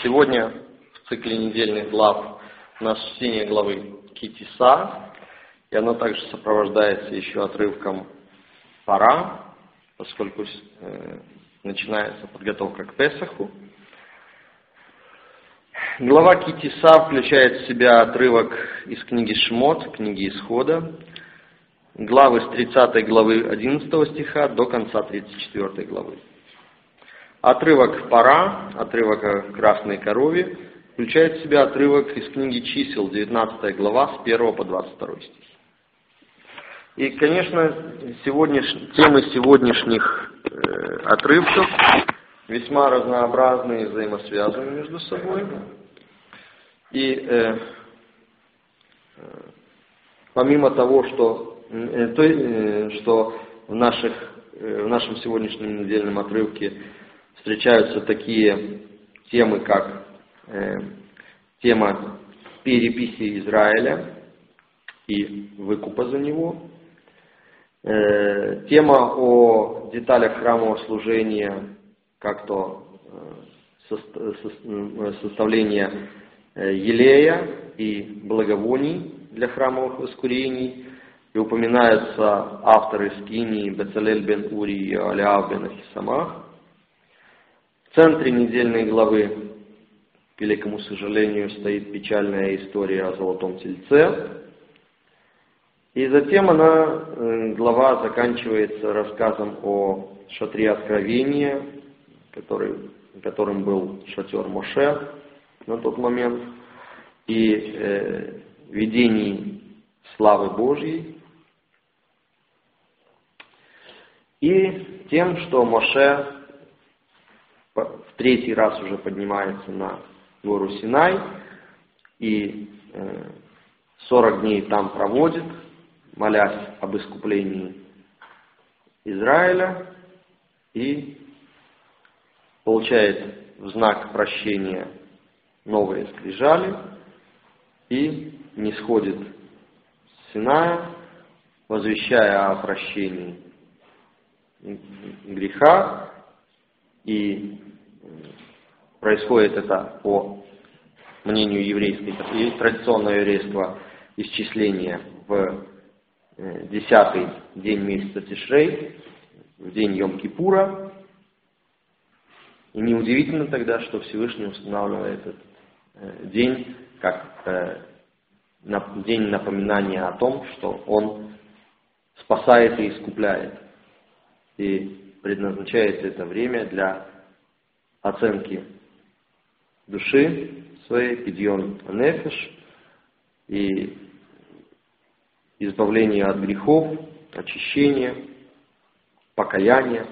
Сегодня в цикле недельных глав у нас чтение главы Ки-Тиса, и оно также сопровождается еще отрывком Пара, поскольку начинается подготовка к Песаху. Глава Ки-Тиса включает в себя отрывок из книги Шмот, книги Исхода, главы с 30 главы 11 стиха до конца 34 главы. Отрывок Пара, отрывок о красной корове, включает в себя отрывок из книги Чисел, 19 глава, с 1 по 22 стих. И, конечно, темы сегодняшних отрывков весьма разнообразные и взаимосвязаны между собой. И помимо того, что в нашем сегодняшнем недельном отрывке встречаются такие темы, как тема переписи Израиля и выкупа за него, тема о деталях храмового служения, как то составление елея и благовоний для храмовых воскурений, и упоминаются авторы Скинии Бецалель бен Ури и Алиав бен Ахисамах. В центре недельной главы, к великому сожалению, стоит печальная история о золотом тельце. И затем глава заканчивается рассказом о шатре откровения, которым был шатер Моше на тот момент, и видении славы Божьей, и тем, что Моше в третий раз уже поднимается на гору Синай и 40 дней там проводит, молясь об искуплении Израиля, и получает в знак прощения новые скрижали и нисходит с Синая, возвещая о прощении греха. И происходит это, по мнению традиционного еврейского исчисления, в 10-й день месяца Тишрей, в день Йом-Кипура. И неудивительно тогда, что Всевышний устанавливает этот день как день напоминания о том, что Он спасает и искупляет. И предназначается это время для оценки души своей, пидьон нефеш, и избавления от грехов, очищения, покаяния.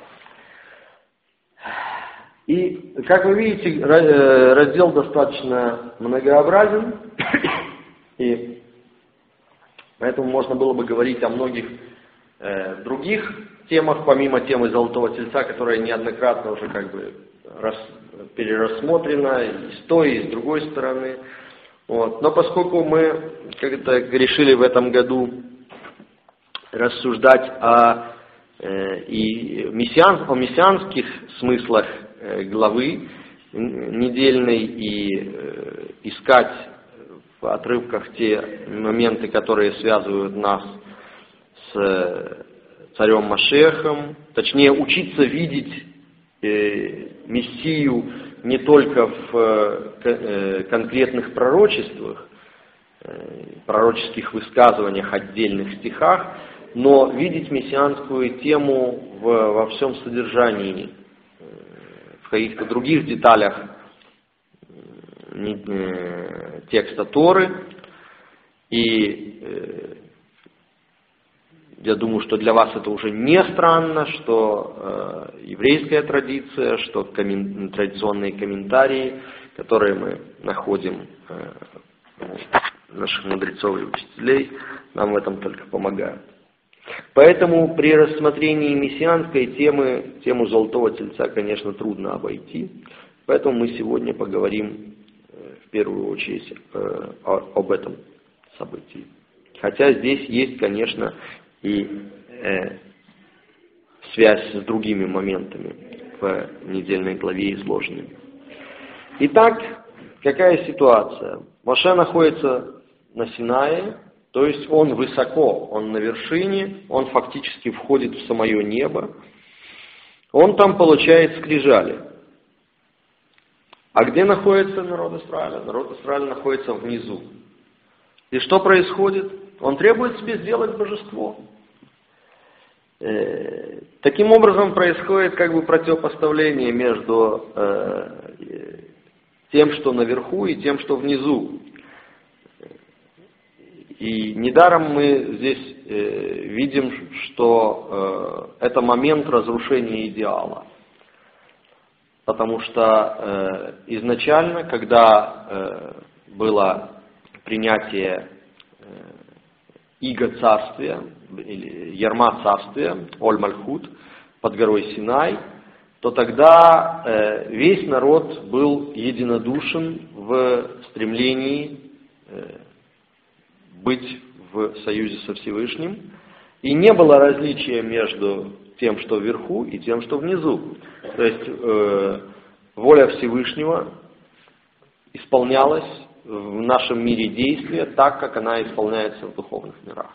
И, как вы видите, раздел достаточно многообразен, и поэтому можно было бы говорить о многих других темах, помимо темы Золотого Тельца, которая неоднократно уже перерассмотрена и с той, и с другой стороны. Вот. Но поскольку мы как-то решили в этом году рассуждать о мессианских смыслах главы недельной и искать в отрывках те моменты, которые связывают нас с царем Машиахом, точнее учиться видеть Мессию не только в конкретных пророчествах, пророческих высказываниях, отдельных стихах, но видеть мессианскую тему во всем содержании, в каких-то других деталях текста Торы. И я думаю, что для вас это уже не странно, что еврейская традиция, что традиционные комментарии, которые мы находим у наших мудрецов и учителей, нам в этом только помогают. Поэтому при рассмотрении мессианской тему Золотого Тельца, конечно, трудно обойти. Поэтому мы сегодня поговорим в первую очередь об этом событии. Хотя здесь есть, конечно, и связь с другими моментами в недельной главе изложенными. Итак, какая ситуация? Моше находится на Синае, то есть он высоко, он на вершине, он фактически входит в самое небо. Он там получает скрижали. А где находится народ Израиля? Народ Израиля находится внизу. И что происходит? Он требует себе сделать божество. Таким образом происходит как бы противопоставление между тем, что наверху, и тем, что внизу. И недаром мы здесь видим, что это момент разрушения идеала. Потому что изначально, когда было принятие иго царствия, или ярма царствия, Оль-Мальхут, под горой Синай, то тогда весь народ был единодушен в стремлении быть в союзе со Всевышним, и не было различия между тем, что вверху, и тем, что внизу. То есть воля Всевышнего исполнялась в нашем мире действия так, как она исполняется в духовных мирах.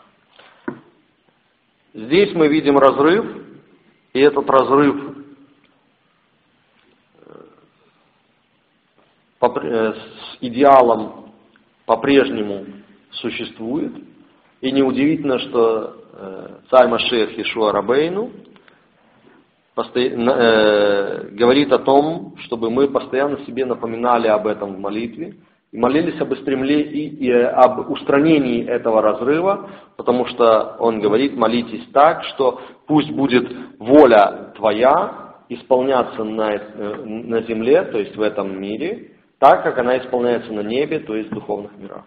Здесь мы видим разрыв, и этот разрыв с идеалом по-прежнему существует. И неудивительно, что царь Машиах Йешуа Рабейну говорит о том, чтобы мы постоянно себе напоминали об этом в молитве и молились об устранении этого разрыва, потому что он говорит: молитесь так, что пусть будет воля твоя исполняться на земле, то есть в этом мире, так, как она исполняется на небе, то есть в духовных мирах.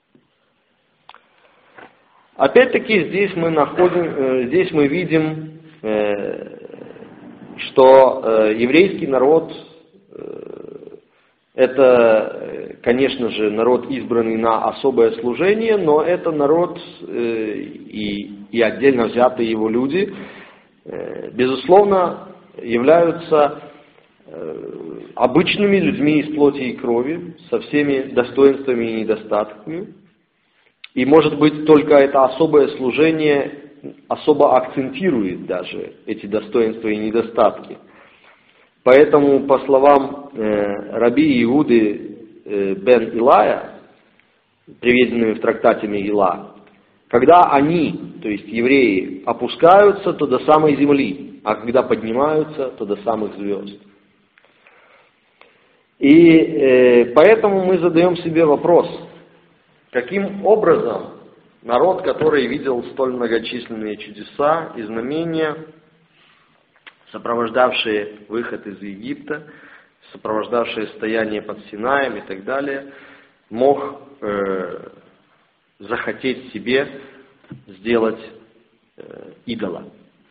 Опять-таки здесь мы видим, что еврейский народ это, конечно же, народ, избранный на особое служение, но это народ и отдельно взятые его люди, безусловно, являются обычными людьми из плоти и крови, со всеми достоинствами и недостатками. И, может быть, только это особое служение особо акцентирует даже эти достоинства и недостатки. Поэтому, по словам раби Иуды бен Илая, приведенными в трактате Мегила, когда они, то есть евреи, опускаются, то до самой земли, а когда поднимаются, то до самых звезд. И поэтому мы задаем себе вопрос, каким образом народ, который видел столь многочисленные чудеса и знамения, сопровождавшие выход из Египта, сопровождавшие стояние под Синаем и так далее, мог захотеть себе сделать идола.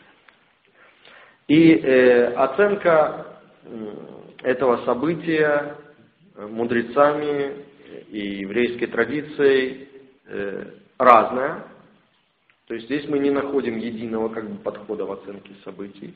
И оценка этого события мудрецами и еврейской традицией разная. То есть здесь мы не находим единого подхода в оценке событий.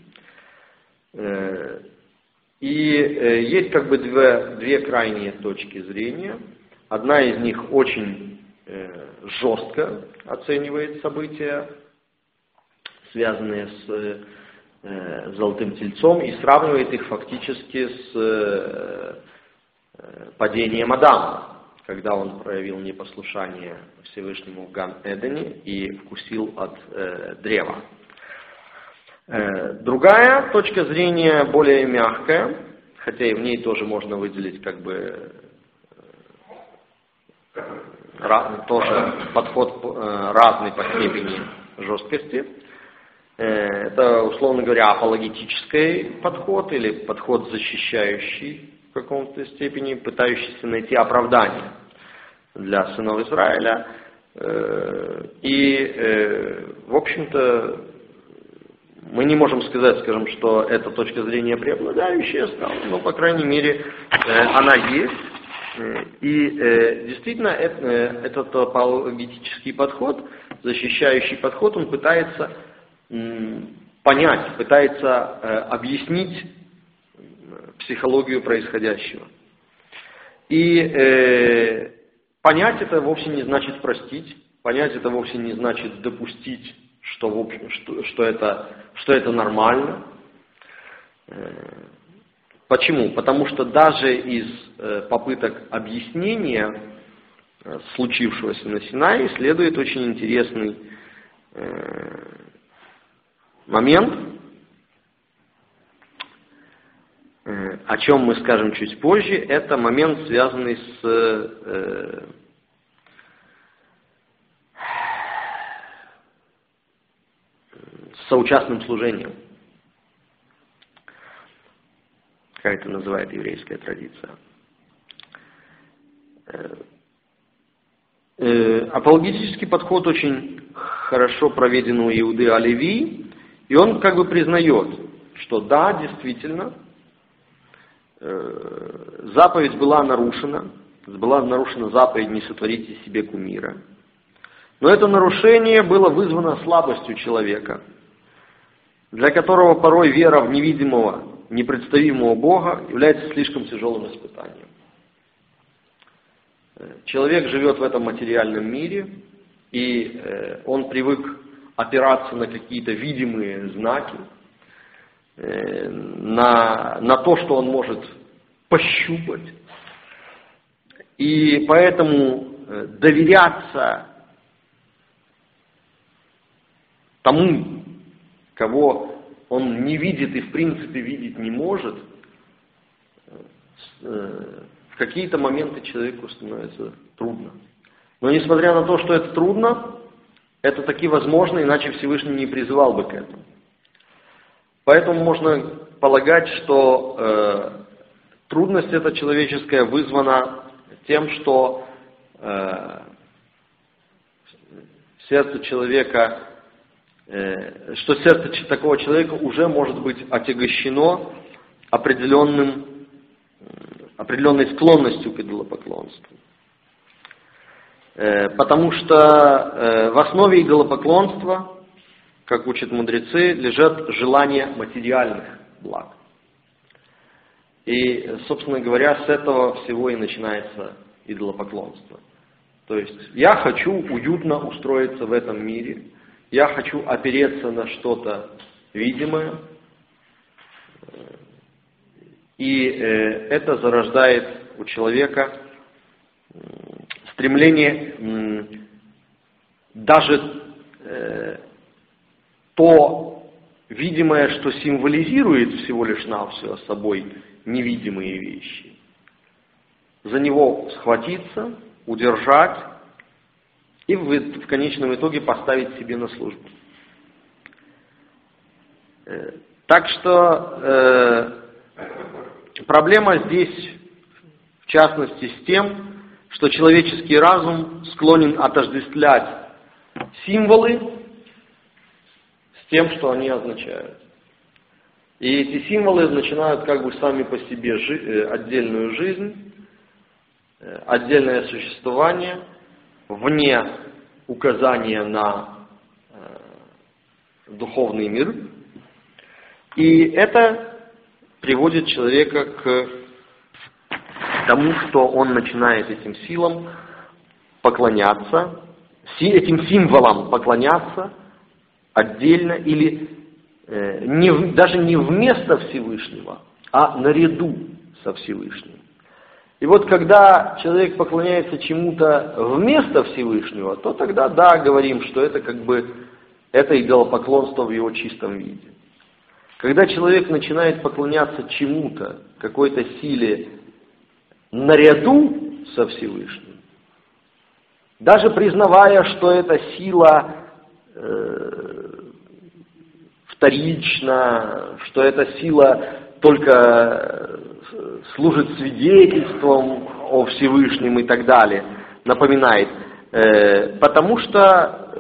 И есть две крайние точки зрения. Одна из них очень жестко оценивает события, связанные с Золотым Тельцом, и сравнивает их фактически с падением Адама, когда он проявил непослушание Всевышнему в Ган-Эдене и вкусил от древа. Другая точка зрения, более мягкая, хотя и в ней тоже можно выделить тоже подход разный по степени жесткости. Это, условно говоря, апологетический подход или подход, защищающий в каком-то степени, пытающийся найти оправдание для сынов Израиля. И, в общем-то, мы не можем сказать, что эта точка зрения преобладающая стала, но, по крайней мере, она есть. И действительно, этот апологетический подход, защищающий подход, он пытается понять, пытается объяснить психологию происходящего. И понять это вовсе не значит простить, понять это вовсе не значит допустить, что, в общем, что это нормально. Почему? Потому что даже из попыток объяснения случившегося на Синае следует очень интересный момент, о чем мы скажем чуть позже. Это момент, связанный с соучастным служением, как это называет еврейская традиция. Апологетический подход очень хорошо проведен у Иуды Алеви, и он как бы признает, что да, действительно, заповедь была нарушена заповедь «Не сотворите себе кумира». Но это нарушение было вызвано слабостью человека, для которого порой вера в невидимого, непредставимого Бога является слишком тяжелым испытанием. Человек живет в этом материальном мире, и он привык опираться на какие-то видимые знаки, на то, что он может пощупать. И поэтому доверяться тому, кого он не видит и в принципе видеть не может, в какие-то моменты человеку становится трудно. Но несмотря на то, что это трудно, это таки возможно, иначе Всевышний не призывал бы к этому. Поэтому можно полагать, что трудность эта человеческая вызвана тем, что сердце человека, что сердце такого человека уже может быть отягощено определенной склонностью к идолопоклонству. Потому что в основе идолопоклонства, как учат мудрецы, лежат желания материальных благ. И, собственно говоря, с этого всего и начинается идолопоклонство. То есть я хочу уютно устроиться в этом мире, я хочу опереться на что-то видимое, и это зарождает у человека стремление даже то видимое, что символизирует всего лишь навсего собой невидимые вещи, за него схватиться, удержать и в конечном итоге поставить себе на службу. Так что проблема здесь, в частности, с тем, что человеческий разум склонен отождествлять символы с тем, что они означают. И эти символы начинают как бы сами по себе отдельную жизнь, отдельное существование, вне указания на духовный мир. И это приводит человека к тому, что он начинает этим силам поклоняться, этим символам поклоняться отдельно или даже не вместо Всевышнего, а наряду со Всевышним. И вот когда человек поклоняется чему-то вместо Всевышнего, то тогда да, говорим, что это как бы это идолопоклонство в его чистом виде. Когда человек начинает поклоняться чему-то, какой-то силе наряду со Всевышним, даже признавая, что эта сила вторична, что эта сила только служит свидетельством о Всевышнем и так далее, напоминает, потому что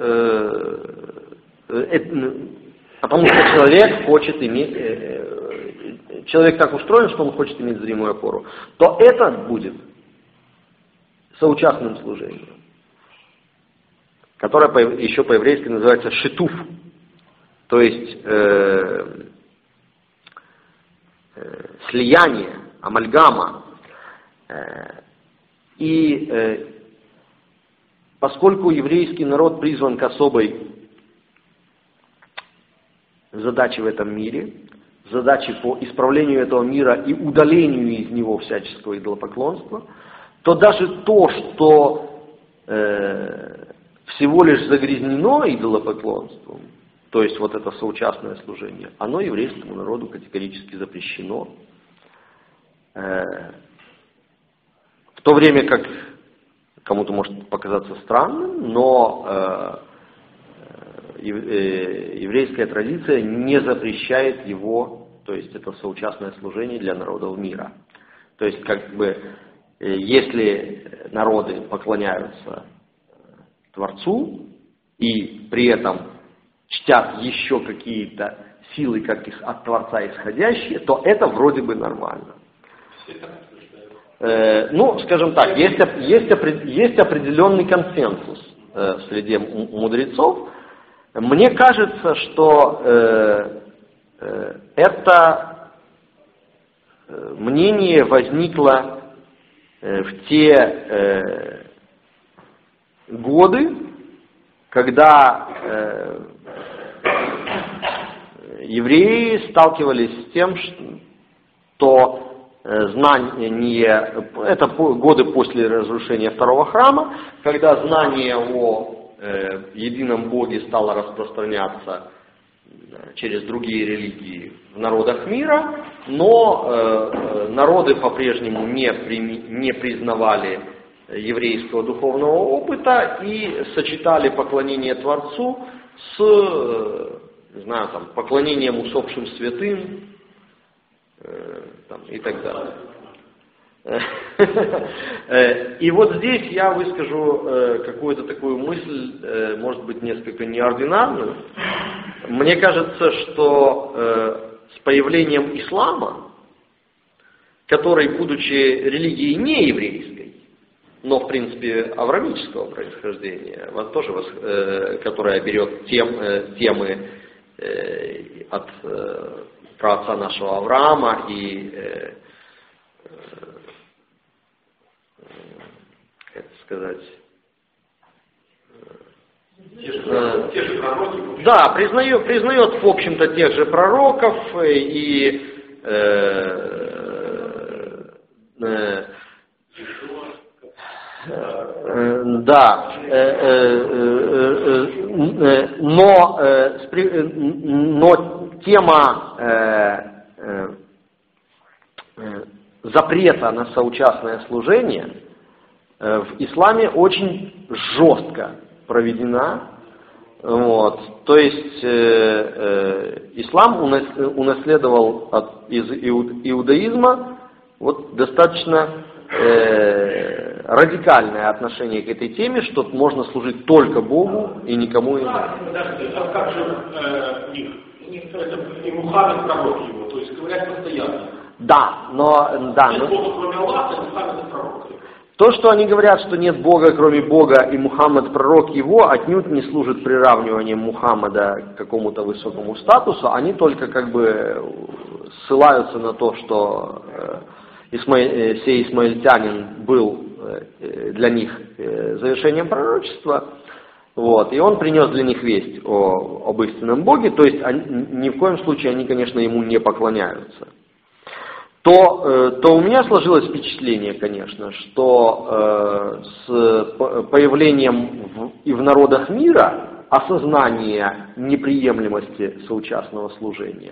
человек хочет иметь, человек так устроен, что он хочет иметь зримую опору, то это будет соучастным служением, которое еще по-еврейски называется шитуф, то есть слияние, амальгама. И поскольку еврейский народ призван к особой задаче в этом мире, задаче по исправлению этого мира и удалению из него всяческого идолопоклонства, то даже то, что всего лишь загрязнено идолопоклонством, то есть вот это соучастное служение, оно еврейскому народу категорически запрещено. В то время как кому-то может показаться странным, но еврейская традиция не запрещает его, то есть это соучастное служение для народов мира. То есть как бы если народы поклоняются Творцу и при этом чтят еще какие-то силы, как их от Творца исходящие, то это вроде бы нормально. Ну, скажем так, есть определенный консенсус среди мудрецов. Мне кажется, что это мнение возникло в те годы, когда евреи сталкивались с тем, что знание, это годы после разрушения второго храма, когда знание о едином Боге стало распространяться через другие религии в народах мира, но народы по-прежнему не признавали еврейского духовного опыта и сочетали поклонение Творцу с, не знаю, там, поклонением усопшим святым там, и так далее. И вот здесь я выскажу какую-то такую мысль, может быть, несколько неординарную. Мне кажется, что с появлением ислама, который, будучи религией не еврейской, но, в принципе, авраамического происхождения, вот тоже, которая берет темы от праотца нашего Авраама и, как сказать, те же пророки, да, признает, в общем-то, тех же пророков и да, но тема запрета на соучастное служение в исламе очень жестко проведена. Вот. То есть ислам унаследовал из иудаизма вот достаточно радикальное отношение к этой теме, что можно служить только Богу и никому иному. А как же и Мухаммед пророк его, то есть говорят постоянно. Да, но Нет Бога, кроме Аллаха, и Мухаммед пророк. То, что они говорят, что нет Бога, кроме Бога, и Мухаммад пророк его, отнюдь не служит приравниванием Мухаммада к какому-то высокому статусу, они только как бы ссылаются на то, что сей исмаильтянин был для них завершением пророчества, вот, и он принес для них весть об истинном Боге, то есть ни в коем случае они, конечно, ему не поклоняются. То у меня сложилось впечатление, конечно, что с появлением и в народах мира осознание неприемлемости соучастного служения,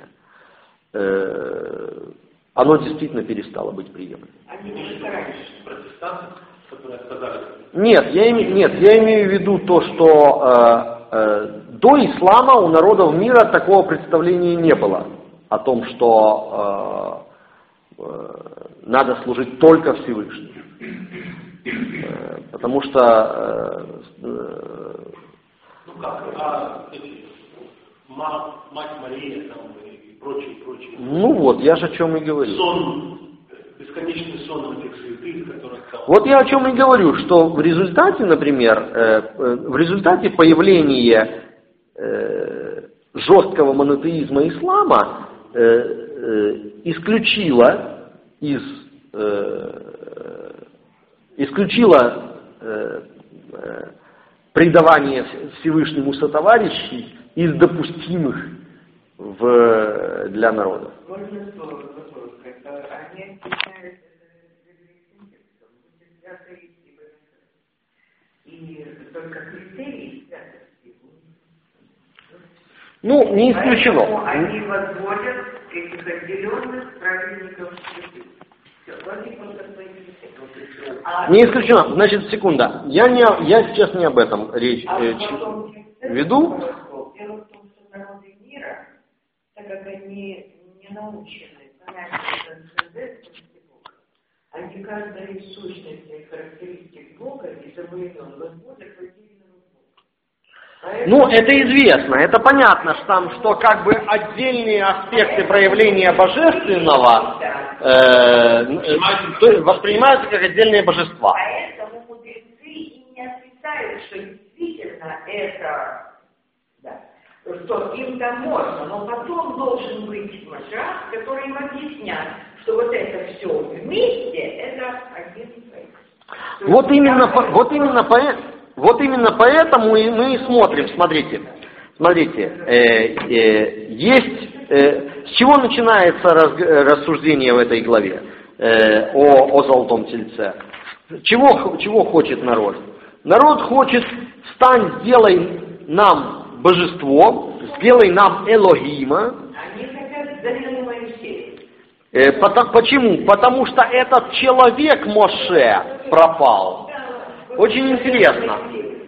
оно действительно перестало быть приемлемым. Они не старались протестанты, которые сказали... Нет, я имею в виду то, что до ислама у народов мира такого представления не было о том, что надо служить только Всевышнему. Потому что... Ну как, мать Мария там, и прочие. Ну вот, я же о чем и говорю. Сон, бесконечный сон этих святых, которые... Вот я о чем и говорю, что в результате, например, в результате появления жесткого монотеизма ислама исключила из исключила предавание Всевышнему сотоварищей из допустимых для народа. Можно слово сказать? Они объясняют и только критерии святости. Ну, не исключено. Поэтому они возводят этих отделенных праведников в святых. Не исключено. Значит, секунда. Я сейчас не об этом речь веду. Дело в том, что народы мира, так как они не научены понятию трансцендентности Бога, они каждой сущности характеристик Бога и завоеван возводят в отдельного Бога. Ну, это известно, это понятно, что как бы отдельные аспекты проявления божественного воспринимаются как отдельные божества. Поэтому мудрецы и не отрицают, что действительно это, что им там можно, но потом должен быть Машиах, который им объяснят, что вот это все вместе, это один проект. Вот именно поэтому мы и смотрим, смотрите, с чего начинается рассуждение в этой главе о золотом тельце? Чего хочет народ? Народ хочет: встань, сделай нам божество, сделай нам Элохима. Они хотят замену Моисея. Почему? Потому что этот человек Моше пропал. Очень интересно,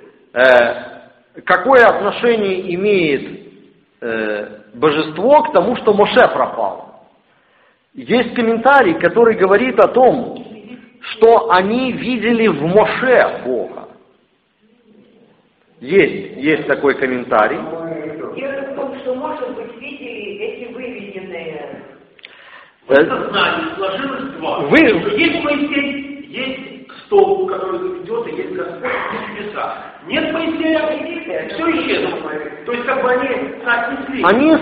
какое отношение имеет божество к тому, что Моше пропал. Есть комментарий, который говорит о том, что они видели в Моше Бога. Есть такой комментарий. Дело в том, что, может быть, видели эти выведенные... Сознание сложилось два. Есть Моисей, есть столб, который заведет, и есть Господь, есть чудеса. Нет Моисея, все исчезло. То есть как бы они соотнесли.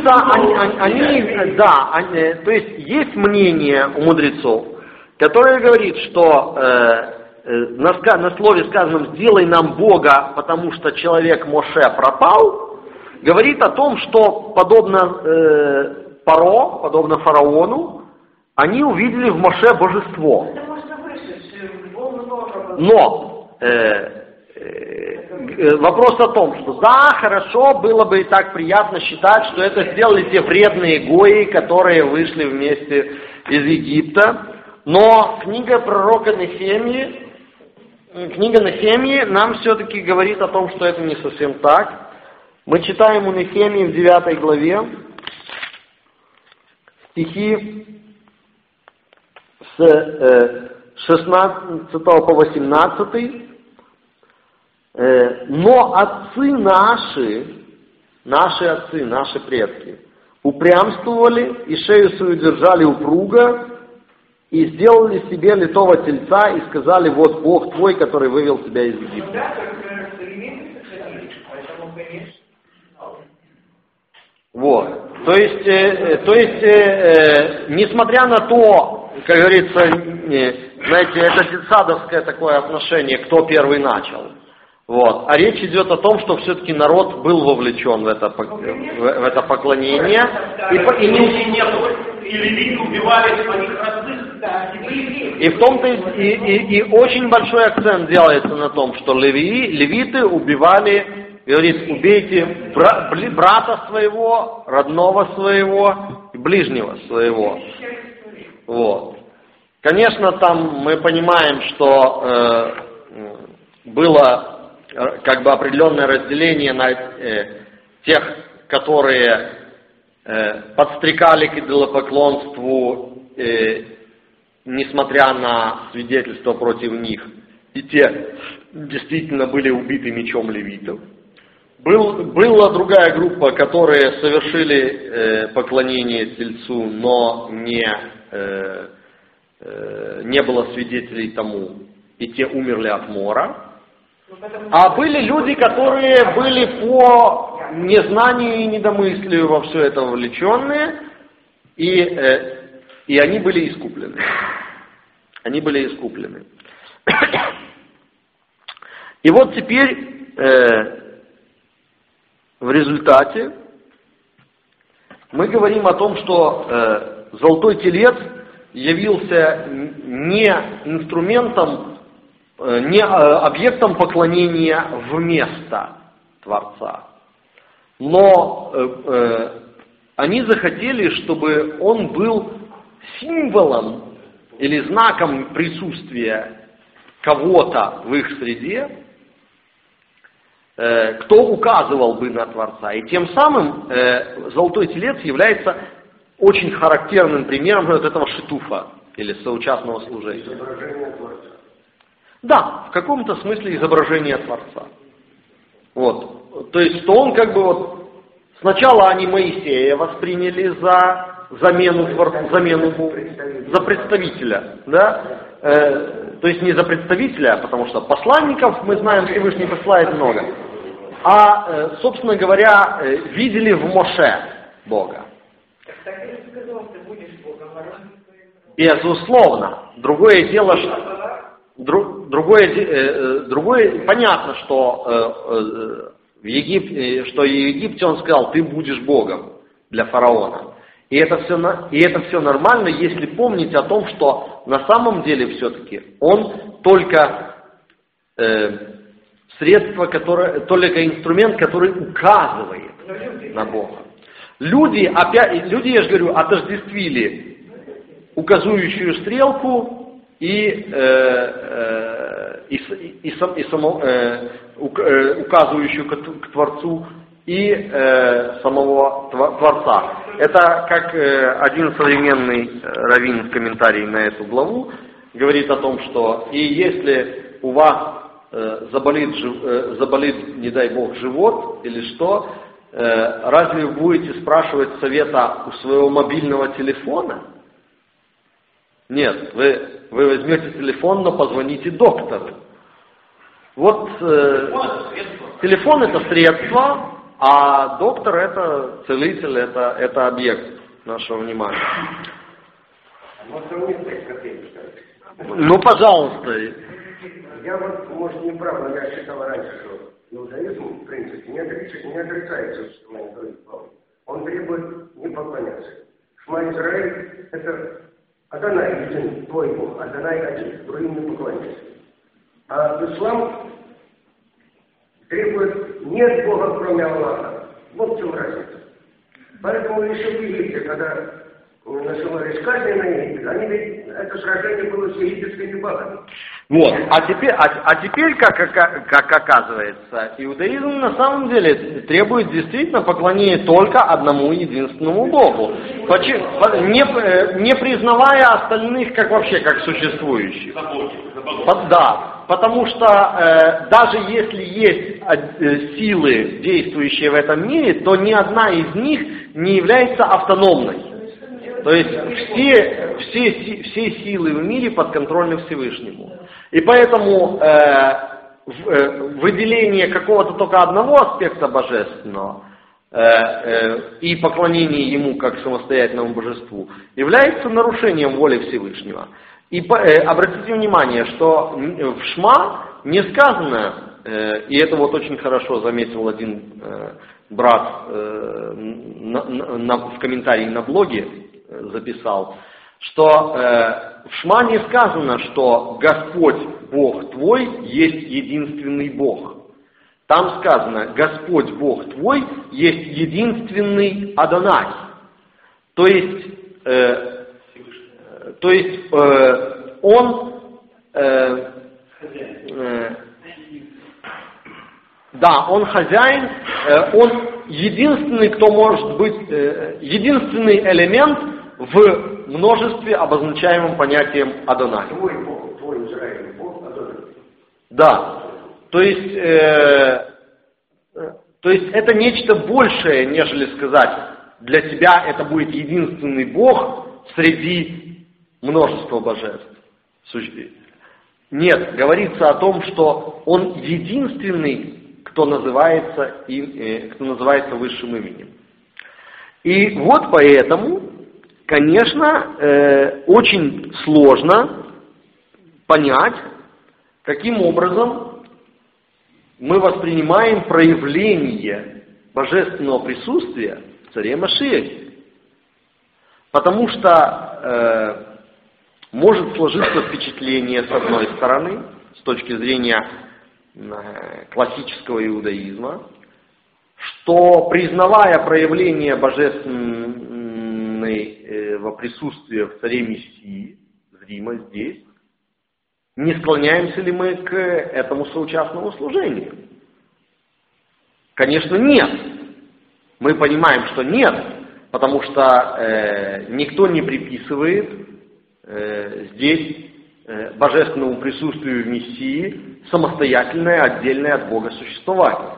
То есть есть мнение у мудрецов, которое говорит, что на слове сказанном «сделай нам Бога, потому что человек Моше пропал», говорит о том, что подобно Паро, подобно фараону, они увидели в Моше божество. Но вопрос о том, что да, хорошо, было бы и так приятно считать, что это сделали те вредные гои, которые вышли вместе из Египта. Но книга пророка Нехемии нам все-таки говорит о том, что это не совсем так. Мы читаем у Нехемии в 9 главе стихи с 16 по 18. Но отцы наши отцы, наши предки, упрямствовали и шею свою держали упруго, и сделали себе литого тельца, и сказали: вот Бог твой, который вывел тебя из Египта. Вот. То есть, несмотря на то, как говорится, знаете, это детсадовское такое отношение, кто первый начал. Вот. А речь идет о том, что все-таки народ был вовлечен в это поклонение. И левиты убивали своих родных. И в том-то и очень большой акцент делается на том, что левиты убивали, говорит, убейте брата своего, родного своего и ближнего своего. Вот. Конечно, там мы понимаем, что было как бы определенное разделение на тех, которые подстрекали к идолопоклонству, несмотря на свидетельства против них, и те действительно были убиты мечом левитов. Была другая группа, которые совершили поклонение тельцу, но не было свидетелей тому, и те умерли от мора. А были люди, которые были по незнанию и недомыслию во все это вовлеченные, и они были искуплены. Они были искуплены. И вот теперь в результате мы говорим о том, что золотой телец явился не инструментом, не объектом поклонения вместо Творца. Но они захотели, чтобы он был символом или знаком присутствия кого-то в их среде, кто указывал бы на Творца. И тем самым золотой телец является очень характерным примером вот этого шитуфа, или соучастного служения. Изображение Творца. Да, в каком-то смысле изображение Творца. Вот. То есть, что он как бы вот... Сначала они Моисея восприняли за замену за представителя, да? То есть не за представителя, потому что посланников, мы знаем, Всевышний посылает много. А, собственно говоря, видели в Моше Бога. Безусловно. Другое дело, что... понятно, что в Египте он сказал, ты будешь Богом для фараона. И это все нормально, если помнить о том, что на самом деле все-таки он только средство, только инструмент, который указывает на Бога. Люди, я же говорю, отождествили указующую стрелку указывающую к Творцу и самого Творца. Это как один современный раввин в комментарии на эту главу говорит о том, что и если у вас заболит, не дай Бог, живот или что, разве вы будете спрашивать совета у своего мобильного телефона? Нет, вы возьмете телефон, но позвоните доктору. Вот телефон это средство, а доктор это целитель, это объект нашего внимания. Ну, пожалуйста. Я вот, может, не прав, но я считал раньше, что иудаизм, в принципе, не отрицает существование других богов. Он требует не поклоняться. Шма Израиль – это Адонай, един, твой Бог, Адонай один, другим не поклоняйся. А ислам требует нет Бога, кроме Аллаха. Вот в чем разница. Поэтому еще в Египте, когда началось казни на Египет, это сражение было с египетскими богами. Вот. А теперь, как оказывается, иудаизм на самом деле требует действительно поклонения только одному единственному Богу, не признавая остальных как вообще как существующих. Да, потому что даже если есть силы, действующие в этом мире, то ни одна из них не является автономной. То есть все силы в мире подконтрольны Всевышнему. И поэтому выделение какого-то только одного аспекта божественного и поклонение ему как самостоятельному божеству является нарушением воли Всевышнего. И обратите внимание, что в Шма не сказано, и это вот очень хорошо заметил один брат в комментарии на блоге, записал, что в Шма не сказано, что Господь Бог твой есть единственный Бог. Там сказано, Господь Бог твой есть единственный Адонай. То есть он он хозяин, он единственный, кто может быть, единственный элемент в множестве, обозначаемым понятием Адонай. Твой Бог, твой Израиль, Бог Адонай. Да. То есть это нечто большее, нежели сказать, для тебя это будет единственный Бог среди множества божеств. Нет, говорится о том, что он единственный, кто называется высшим именем. И вот поэтому, конечно, очень сложно понять, каким образом мы воспринимаем проявление божественного присутствия в царе Машиахе. Потому что может сложиться впечатление, с одной стороны, с точки зрения классического иудаизма, что, признавая проявление божественного присутствия в царе Мессии, зримо здесь, не склоняемся ли мы к этому соучастному служению? Конечно, нет. Мы понимаем, что нет, потому что никто не приписывает здесь божественному присутствию в Мессии самостоятельное, отдельное от Бога существование.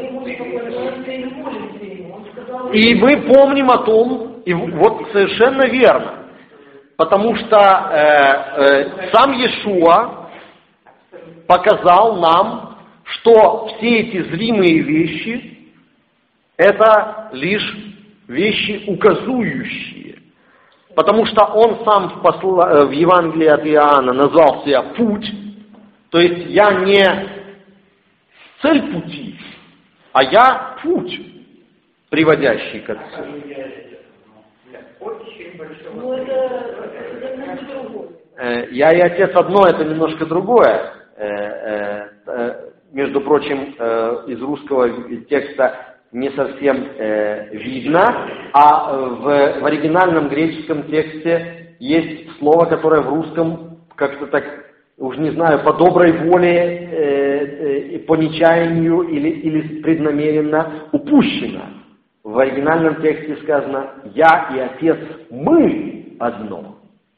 И мы помним о том, и вот совершенно верно, потому что сам Иешуа показал нам, что все эти зримые вещи – это лишь вещи указующие. Потому что он сам в Евангелии от Иоанна назвал себя «путь», то есть я не цель пути, а я путь, приводящий к Отцу. Я и Отец одно, это немножко другое. Между прочим, из русского текста не совсем видно, а в оригинальном греческом тексте есть слово, которое в русском как-то так, уж не знаю, по доброй воле, по нечаянию или преднамеренно упущено. В оригинальном тексте сказано «Я и Отец, мы одно».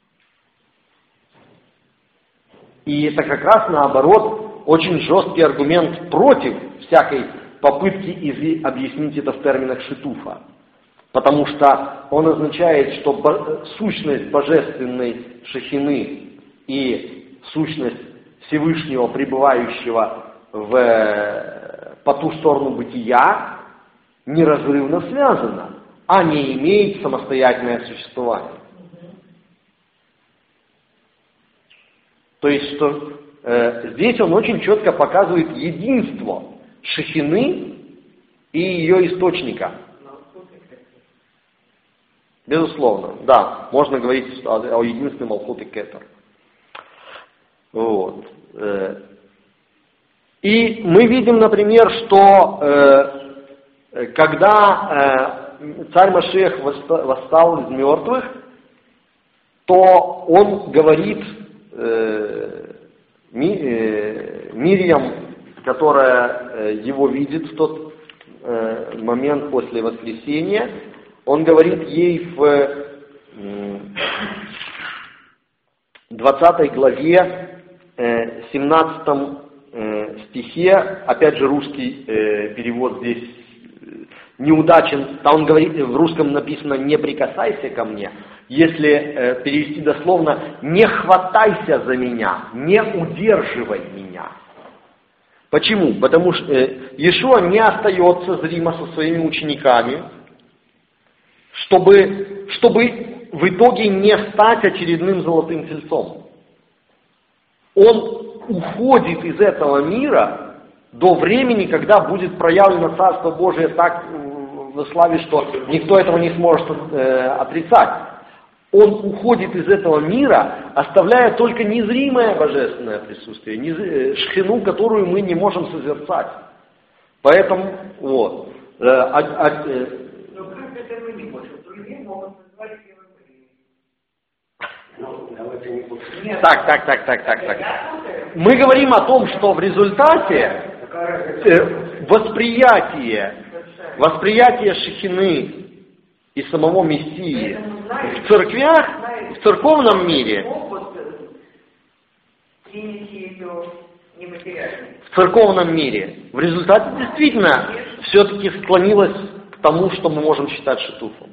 И это как раз наоборот очень жесткий аргумент против всякой попытки объяснить это в терминах шитуфа. Потому что он означает, что сущность божественной шехины и сущность Всевышнего, пребывающего по ту сторону бытия, неразрывно связана, а не имеет самостоятельное существование. То есть, что здесь он очень четко показывает единство шехины и ее источника. Безусловно, да, можно говорить о единственном Малхут и Кетер. Вот. И мы видим, например, что когда царь Машиах восстал из мертвых, то он говорит Мирьям, которая его видит в тот момент после воскресения, он говорит ей в 20 главе, 17 стихе, опять же русский перевод здесь неудачен, там он говорит, в русском написано «не прикасайся ко мне», если перевести дословно «не хватайся за меня, не удерживай меня». Почему? Потому что Иешуа не остается зримо со своими учениками, чтобы в итоге не стать очередным золотым тельцом. Он уходит из этого мира до времени, когда будет проявлено Царство Божие так в славе, что никто этого не сможет отрицать. Он уходит из этого мира, оставляя только незримое божественное присутствие, шхину, которую мы не можем созерцать. Поэтому, вот. Но как это мы не можем? Другие могут назвать его. Так. Мы говорим о том, что в результате восприятие шехины и самого Мессии в церквях, в церковном мире, в церковном мире, в результате действительно все-таки склонилось к тому, что мы можем считать шитуфом.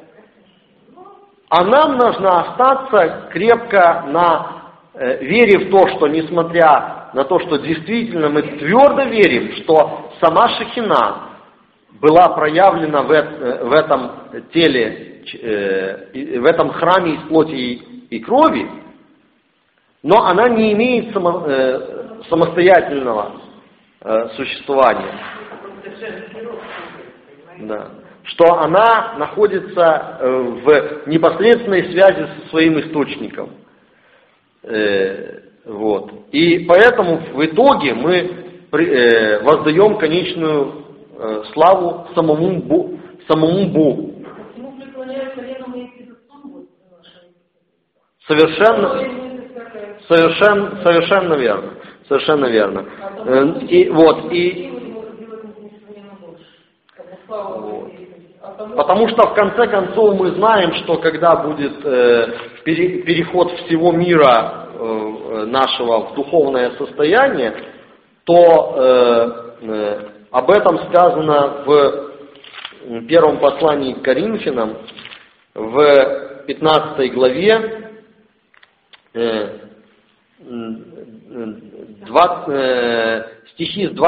А нам нужно остаться крепко на вере в то, что несмотря на то, что действительно мы твердо верим, что сама шехина была проявлена в этом теле, в этом храме из плоти и крови, но она не имеет самостоятельного существования. Да. Что она находится в непосредственной связи со своим источником. Вот. И поэтому в итоге мы воздаем конечную славу самому Богу. Совершенно верно. Совершенно верно. Потому что в конце концов мы знаем, что когда будет переход всего мира нашего в духовное состояние, то об этом сказано в первом послании к Коринфянам, в 15 главе, стихи с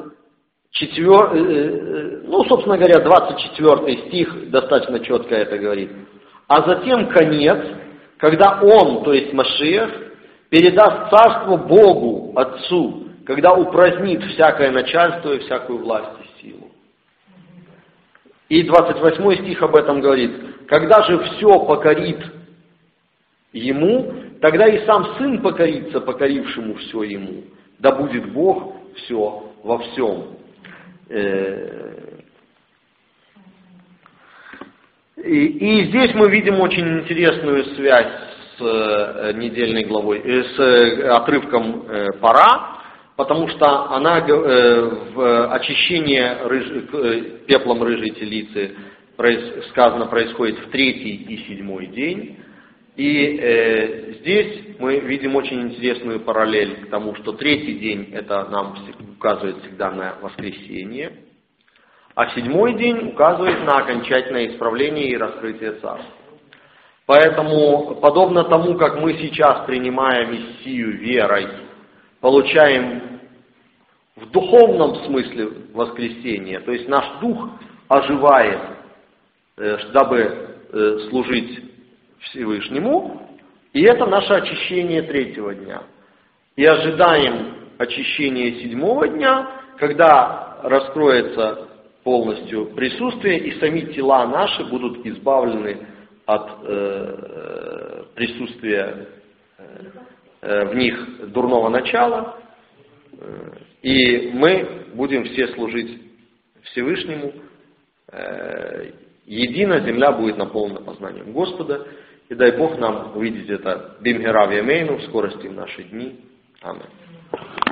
24, собственно говоря, 24 стих достаточно четко это говорит. А затем конец, когда Он, то есть Машиах, передаст царство Богу, Отцу, когда упразднит всякое начальство и всякую власть и силу. И 28 стих об этом говорит. Когда же все покорит Ему, тогда и сам Сын покорится, покорившему все Ему. Да будет Бог все во всем. И здесь мы видим очень интересную связь с недельной главой, с отрывком «Пора», потому что она в очищении пеплом рыжей телицы сказано происходит в 3-й и 7-й день. И здесь мы видим очень интересную параллель к тому, что 3-й день это нам указывает всегда на воскресенье, а 7-й день указывает на окончательное исправление и раскрытие царства. Поэтому, подобно тому, как мы сейчас, принимая Мессию верой, получаем в духовном смысле воскресение, то есть наш дух оживает, дабы служить Всевышнему, и это наше очищение 3-го дня. И ожидаем очищения 7-го дня, когда раскроется полностью присутствие, и сами тела наши будут избавлены от присутствия в них дурного начала, и мы будем все служить Всевышнему. Едино земля будет наполнена познанием Господа, и дай Бог нам увидеть это бимгера вемейну в скорости в наши дни. Аминь.